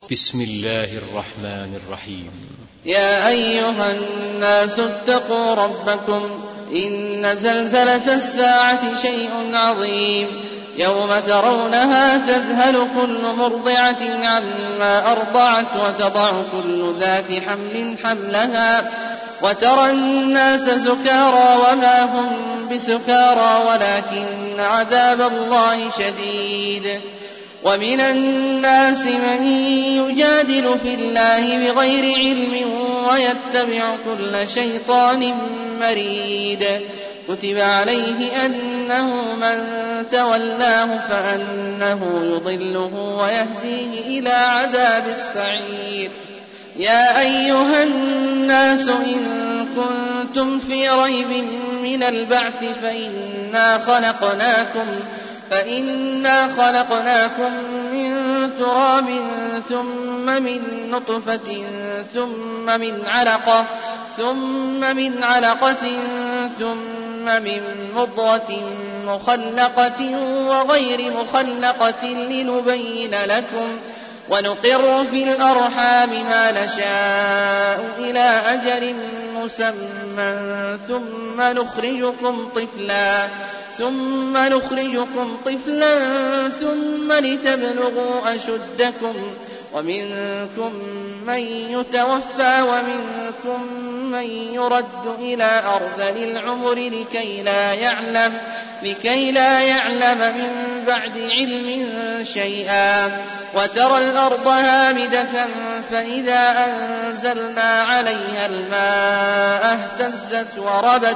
بسم الله الرحمن الرحيم. يا أيها الناس اتقوا ربكم إن زلزلة الساعة شيء عظيم يوم ترونها تذهل كل مرضعة عما أرضعت وتضع كل ذات حمل حملها وترى الناس سكارى وما هم بسكارى ولكن عذاب الله شديد. ومن الناس من يجادل في الله بغير علم ويتبع كل شيطان مريد. كتب عليه أنه من تولاه فأنه يضله ويهديه إلى عذاب السعير. يا أيها الناس إن كنتم في ريب من البعث فإنا خلقناكم من تراب ثم من نطفة ثم من علقة ثم من مضغة مخلقة وغير مخلقة لنبين لكم ونقر في الأرحام ما نشاء إلى أجل مسمى ثم نخرجكم طفلا ثم لتبلغوا أشدكم ومنكم من يتوفى ومنكم من يرد إلى أرذل العمر لكي لا يعلم من بعد علم شيئا. وترى الأرض هامدة فإذا أنزلنا عليها الماء اهتزت وربت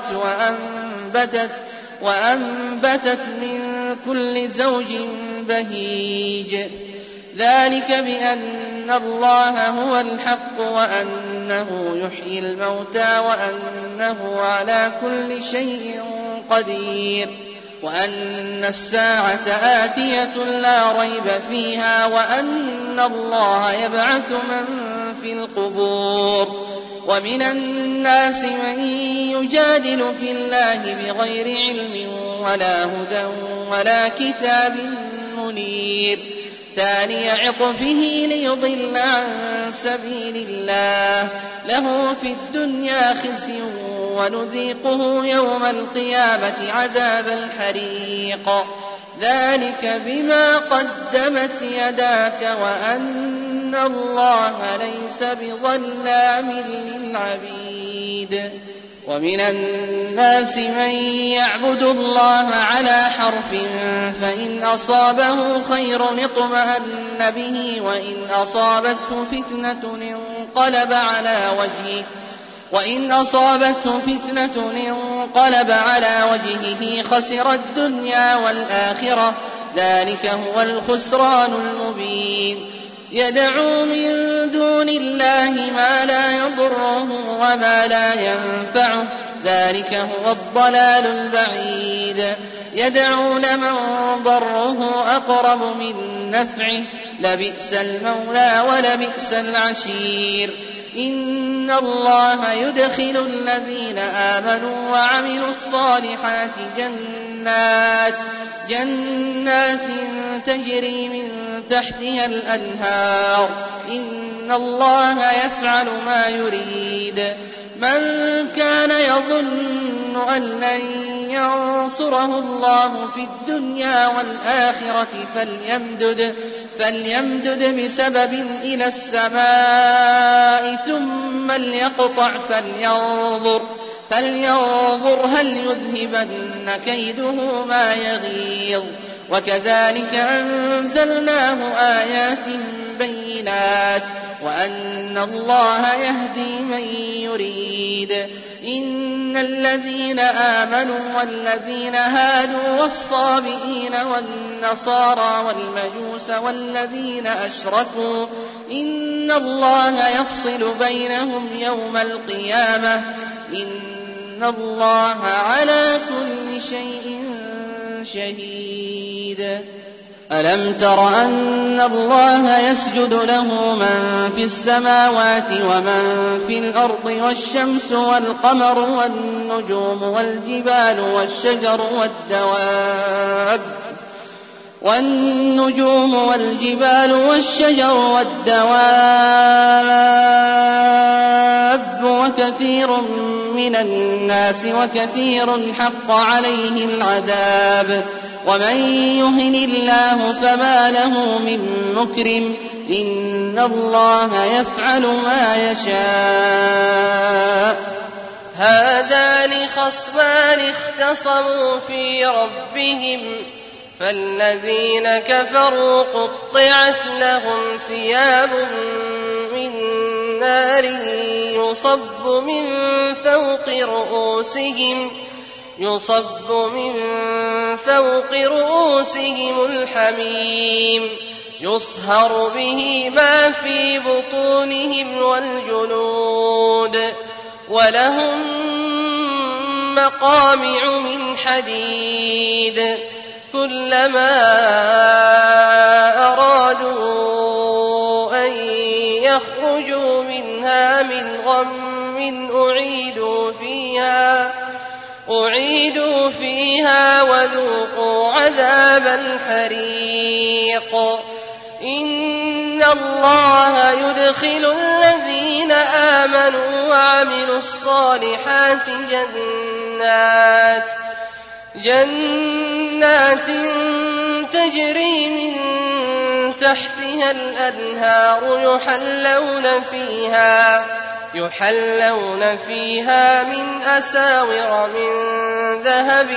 وأنبتت من كل زوج بهيج. ذلك بأن الله هو الحق وأنه يحيي الموتى وأنه على كل شيء قدير وأن الساعة آتية لا ريب فيها وأن الله يبعث من في القبور. ومن الناس من يجادل في الله بغير علم ولا هدى ولا كتاب منير. ثاني عطفه ليضل عن سبيل الله له في الدنيا خزي ونذيقه يوم القيامة عذاب الحريق. ذلك بما قدمت يداك وأن الله ليس بظلام للعبيد. ومن الناس من يعبد الله على حرف فإن أصابه خير اطمأن به وإن أصابته فتنة انقلب على وجهه خسر الدنيا والآخرة. ذلك هو الخسران المبين. يدعو من دون الله ما لا يضره وما لا ينفعه. ذلك هو الضلال البعيد. يدعو لمن ضره أقرب من نفعه لبئس المولى ولبئس العشير. إن الله يدخل الذين آمنوا وعملوا الصالحات جنات تجري من تحتها الأنهار. إن الله يفعل ما يريد. من كان يظن أن لن ينصره الله في الدنيا والآخرة فليمدد بسبب إلى السماء ثم ليقطع فلينظر هل يذهبن كيده ما يغيظ. وكذلك أنزلناه آيات بينات وأن الله يهدي من يريد. إن الذين آمنوا والذين هادوا والصابئين والنصارى والمجوس والذين أشركوا إن الله يفصل بينهم يوم القيامة. إن الله على كل شيء شهيد. ألم تر أن الله يسجد له من في السماوات ومن في الأرض والشمس والقمر والنجوم والجبال والشجر والدواب والنجوم والجبال والشجر والدواب وكثير من الناس وكثير حق عليه العذاب ومن يهن الله فما له من مكرم إن الله يفعل ما يشاء. هذان خصمان اختصموا في ربهم فالذين كفروا قطعت لهم ثياب من نار يصب من فوق رؤوسهم الحميم يصهر به ما في بطونهم والجلود ولهم مقامع من حديد كلما أرادوا أن يخرجوا منها من غم أعيدوا فيها وذوقوا عذاب الحريق. إن الله يدخل الذين آمنوا وعملوا الصالحات جنات تجري من تحتها الأنهار يحلون فيها من أساور من ذهب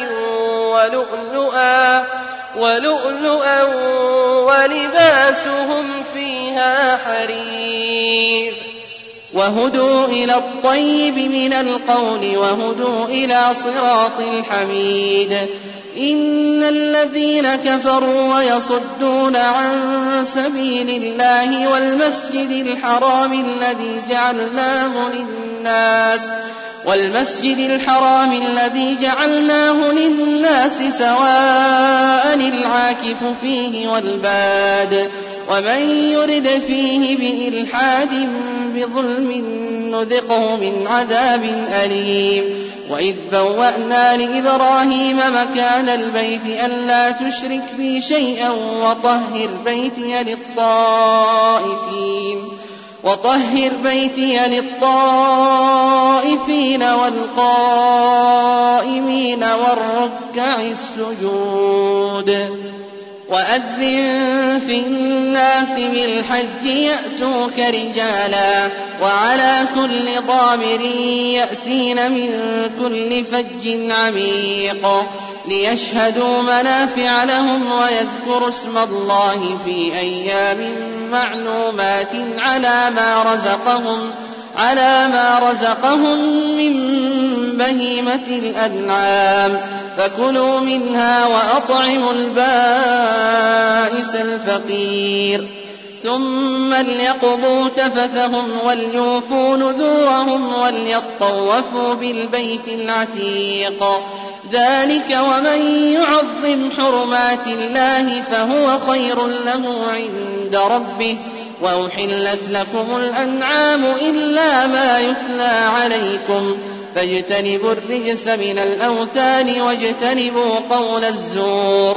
ولؤلؤا ولباسهم فيها حرير. وهدوا إلى الطيب من القول وهدوا إلى صراط الحميد. إن الذين كفروا ويصدون عن سبيل الله والمسجد الحرام الذي جعلناه للناس سواء العاكف فيه والباد ومن يرد فيه بإلحاد بظلم نذقه من عذاب أليم. وإذ بوأنا لإبراهيم مكان البيت ألا تشرك بي شيئا وطهر بيتي للطائفين والقائمين والركع السجود. وأذن في الناس بالحج يأتوك رجالا وعلى كل ضامر يأتين من كل فج عميق ليشهدوا منافع لهم ويذكروا اسم الله في أيام معلومات على ما رزقهم من بهيمة الأنعام فكلوا منها وأطعموا البائس الفقير ثم ليقضوا تفثهم وليوفوا نذورهم وليطوفوا بالبيت العتيق. ذلك ومن يعظم حرمات الله فهو خير له عند ربه. وأحلت لكم الأنعام إلا ما يتلى عليكم فاجتنبوا الرجس من الأوثان واجتنبوا قول الزور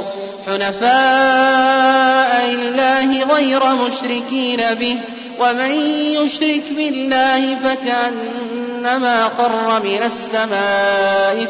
حنفاء لله غير مشركين به ومن يشرك بالله فكأنما خر من السماء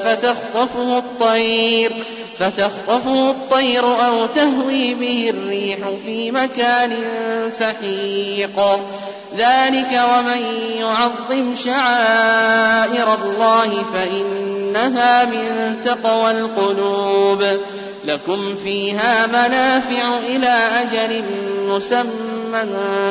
فتخطفه الطير أو تهوي به الريح في مكان سحيق. ذلك ومن يعظم شعائر الله فإنها من تقوى القلوب. لكم فيها منافع إلى أجل مسمى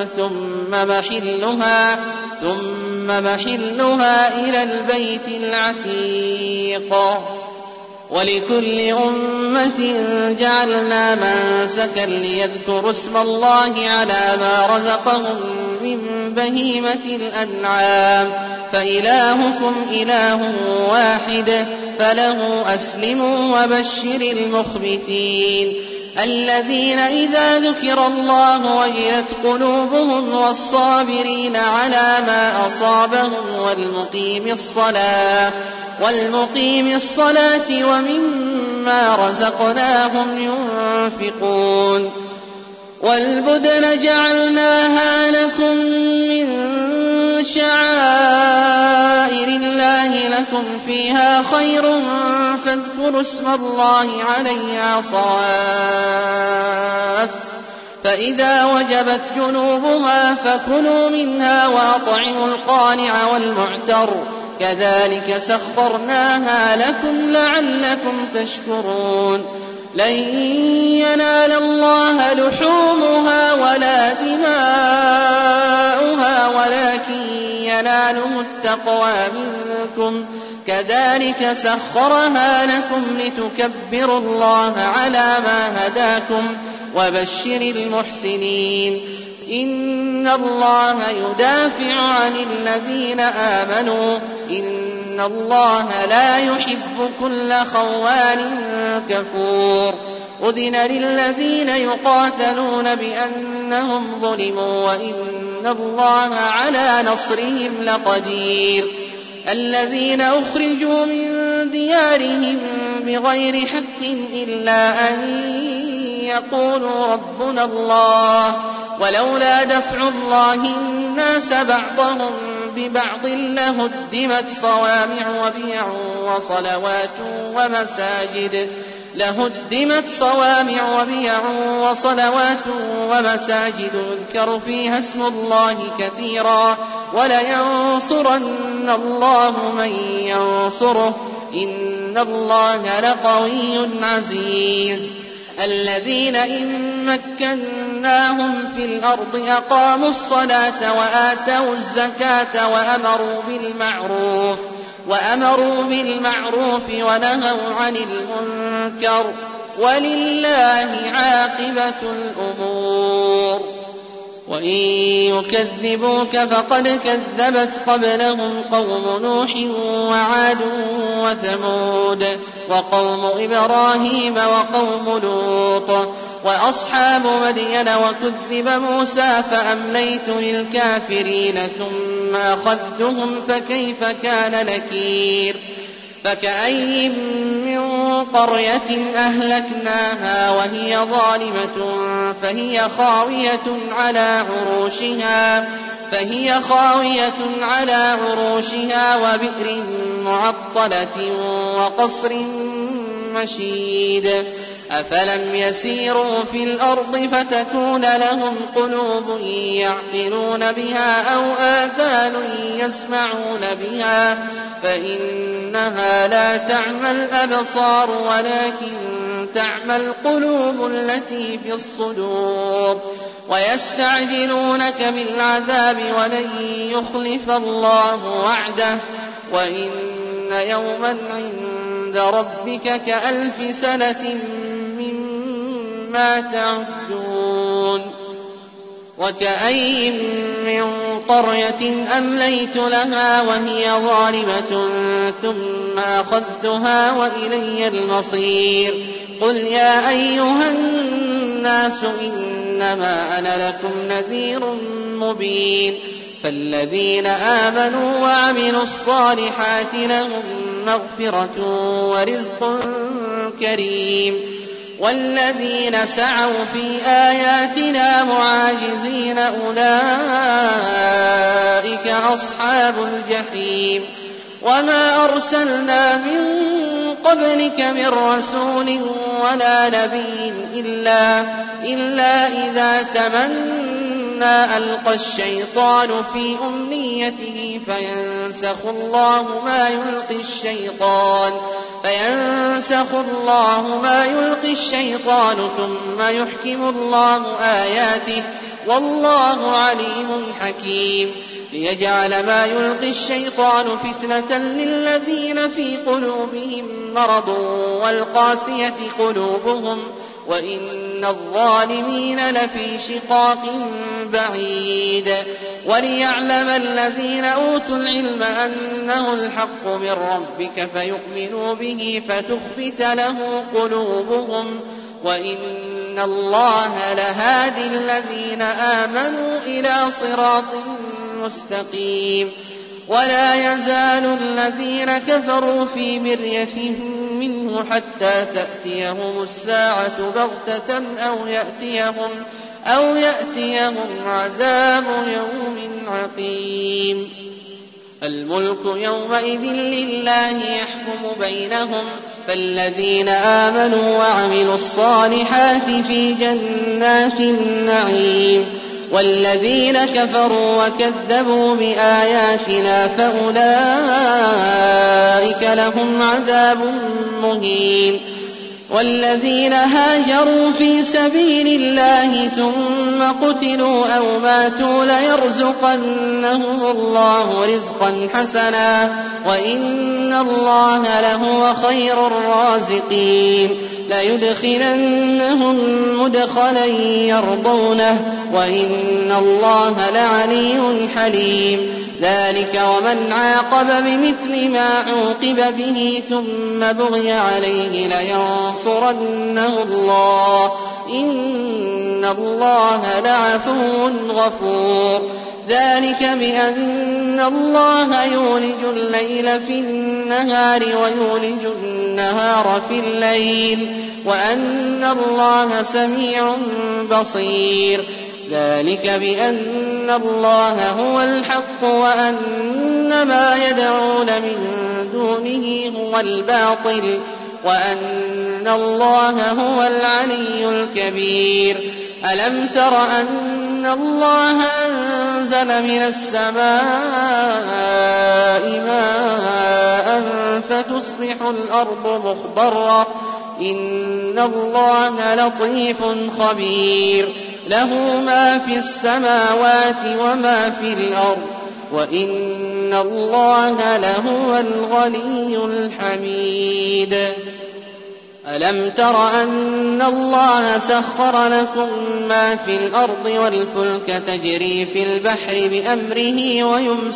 ثم محلها إلى البيت العتيق. ولكل أمة جعلنا منسكا ليذكروا اسم الله على ما رزقهم من بهيمة الأنعام فإلهكم إله واحد فله أسلموا وبشر المخبتين. الذين إذا ذكر الله وجلت قلوبهم والصابرين على ما أصابهم والمقيم الصلاة ومما رزقناهم ينفقون والبدن جعلناها لكم من شعائر الله لكم فيها خير فاذكروا اسم الله عليها صواف فإذا وجبت جنوبها فكلوا منها وأطعموا القانع والمعتر كذلك سخرناها لكم لعلكم تشكرون لن ينال الله لحومها ولا دماؤها ولكن يناله التقوى منكم كذلك سخرها لكم لتكبروا الله على ما هداكم وبشر المحسنين إن الله يدافع عن الذين آمنوا إن الله لا يحب كل خوان كفور أذن للذين يقاتلون بأنهم ظلموا وإن الله على نصرهم لقدير الذين أخرجوا من ديارهم بغير حق إلا أن يقولوا ربنا الله ولولا دفع الله الناس بعضهم ببعض لهدمت صوامع وبيع وصلوات ومساجد يذكر فيها اسم الله كثيرا ولينصرن الله من ينصره إن الله لقوي عزيز الذين إن مكناهم في الأرض أقاموا الصلاة وآتوا الزكاة وأمروا بالمعروف ونهوا عن المنكر ولله عاقبة الأمور وإن يكذبوك فقد كذبت قبلهم قوم نوح وعاد وثمود وقوم إبراهيم وقوم لوط وأصحاب مدين وكذب موسى فأمليت للكافرين ثم أخذتهم فكيف كان نكير فكأي من قرية أهلكناها وهي ظالمة فهي خاوية على عروشها وبئر معطلة وقصر مشيد أفلم يسيروا في الأرض فتكون لهم قلوب يعقلون بها أو آذان يسمعون بها فإنها لا تعمى الأبصار ولكن تعمى القلوب التي في الصدور ويستعجلونك بالعذاب ولن يخلف الله وعده وإن يوما عند ربك كألف سنة مما تعدون وكأي من قرية أمليت لها وهي ظالمة ثم أخذتها وإلي المصير قل يا أيها الناس إنما أنا لكم نذير مبين فالذين آمنوا وعملوا الصالحات لهم مغفرة ورزق كريم والذين سعوا في آياتنا معاجزين أولئك أصحاب الجحيم وما أرسلنا من قبلك من رسول ولا نبي إلا إذا تمنى ألقى الشيطان في أمنيته فينسخ الله ما يلقي الشيطان ثم يحكم الله آياته والله عليم حكيم ليجعل ما يلقي الشيطان فتنة للذين في قلوبهم مرض والقاسية قلوبهم وإن الظالمين لفي شقاق بعيد وليعلم الذين أوتوا العلم أنه الحق من ربك فيؤمنوا به فتخبت له قلوبهم وإن وإن الله لهادي الذين آمنوا إلى صراط مستقيم ولا يزال الذين كفروا في مرية منه حتى تأتيهم الساعة بغتة أو يأتيهم عذاب يوم عقيم الملك يومئذ لله يحكم بينهم فالذين آمنوا وعملوا الصالحات في جنات النعيم والذين كفروا وكذبوا بآياتنا فأولئك لهم عذاب مهين والذين هاجروا في سبيل الله ثم قتلوا أو ماتوا ليرزقنهم الله رزقا حسنا وإن الله لهو خير الرازقين ليدخلنهم مدخلا يرضونه وإن الله لعلي حليم ذلك ومن عاقب بمثل ما عوقب به ثم بغي عليه لينصرنه الله إن الله لعفو غفور ذلك بأن الله يولج الليل في النهار ويولج النهار في الليل وأن الله سميع بصير ذلك بأن الله هو الحق وأن ما يدعون من دونه هو الباطل وأن الله هو العلي الكبير ألم تر أن الله أنزل من السماء ماء فتصبح الأرض مخضرة إن الله لطيف خبير له ما في السماوات وما في الأرض وإن الله لهو الغني الحميد ألم تر أن الله سخر لكم ما في الأرض والفلك تجري في البحر بأمره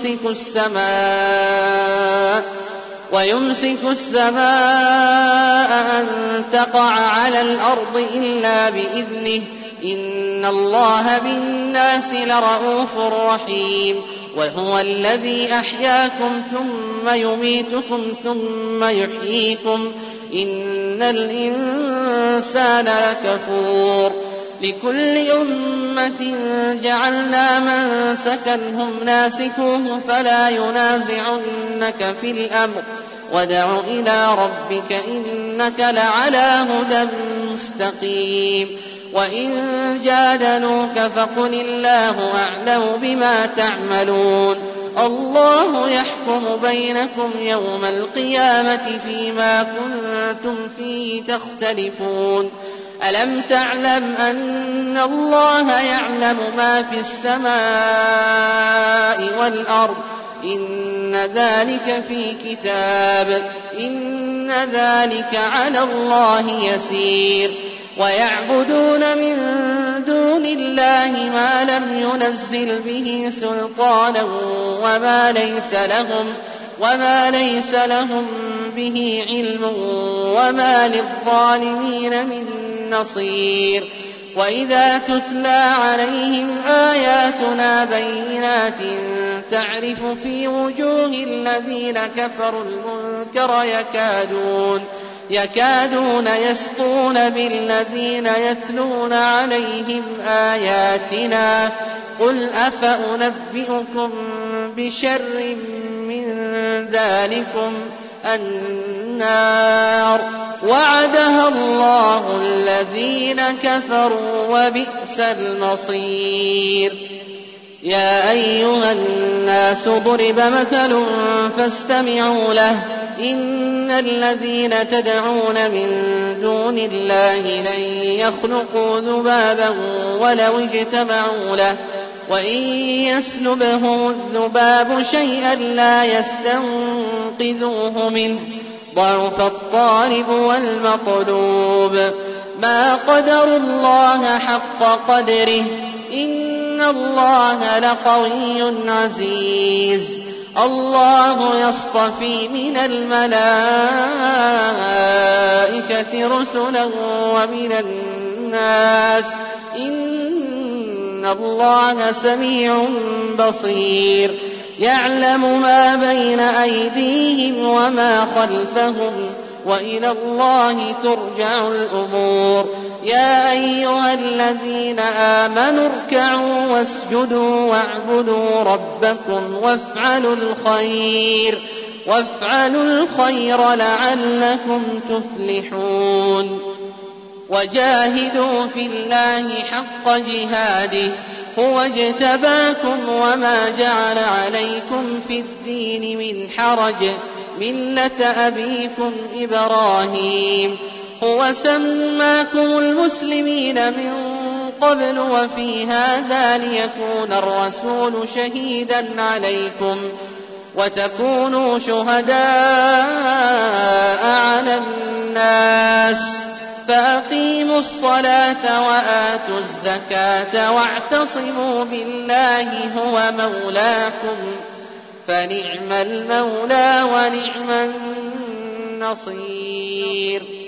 ويمسك السماء أن تقع على الأرض إلا بإذنه إن الله بالناس لرءوف رحيم وهو الذي أحياكم ثم يميتكم ثم يحييكم إن الإنسان لكفور لكل أمة جعلنا منسكا هم ناسكوه فلا ينازعنك في الأمر وادع إلى ربك إنك لعلى هدى مستقيم وإن جادلوك فقل الله أعلم بما تعملون الله يحكم بينكم يوم القيامة فيما كنتم فيه تختلفون ألم تعلم أن الله يعلم ما في السماء والأرض إن ذلك في كتاب إن ذلك على الله يسير ويعبدون من دون الله ما لم ينزل به سلطانا وما ليس لهم به علم وما للظالمين من نصير وإذا تتلى عليهم آياتنا بينات تعرف في وجوه الذين كفروا المنكر يكادون يسطون بالذين يتلون عليهم آياتنا قل أفأنبئكم بشر من ذلكم النار وعدها الله الذين كفروا وبئس المصير يا أيها الناس ضرب مثل فاستمعوا له إن الذين تدعون من دون الله لن يخلقوا ذبابا ولو اجتمعوا له وإن يسلبهم الذباب شيئا لا يستنقذوه منه ضعف الطالب والمطلوب ما قدروا الله حق قدره إن الله لقوي عزيز الله يصطفي من الملائكة رسلا ومن الناس إن الله سميع بصير يعلم ما بين أيديهم وما خلفهم وإلى الله ترجع الأمور يا أيها الذين آمنوا اركعوا واسجدوا واعبدوا ربكم وافعلوا الخير لعلكم تفلحون وجاهدوا في الله حق جهاده هو اجتباكم وما جعل عليكم في الدين من حرج ملة أبيكم إبراهيم هو سماكم المسلمين من قبل وفي هذا ليكون الرسول شهيدا عليكم وتكونوا شهداء على الناس فأقيموا الصلاة وآتوا الزكاة واعتصموا بالله هو مولاكم فنعم المولى ونعم النصير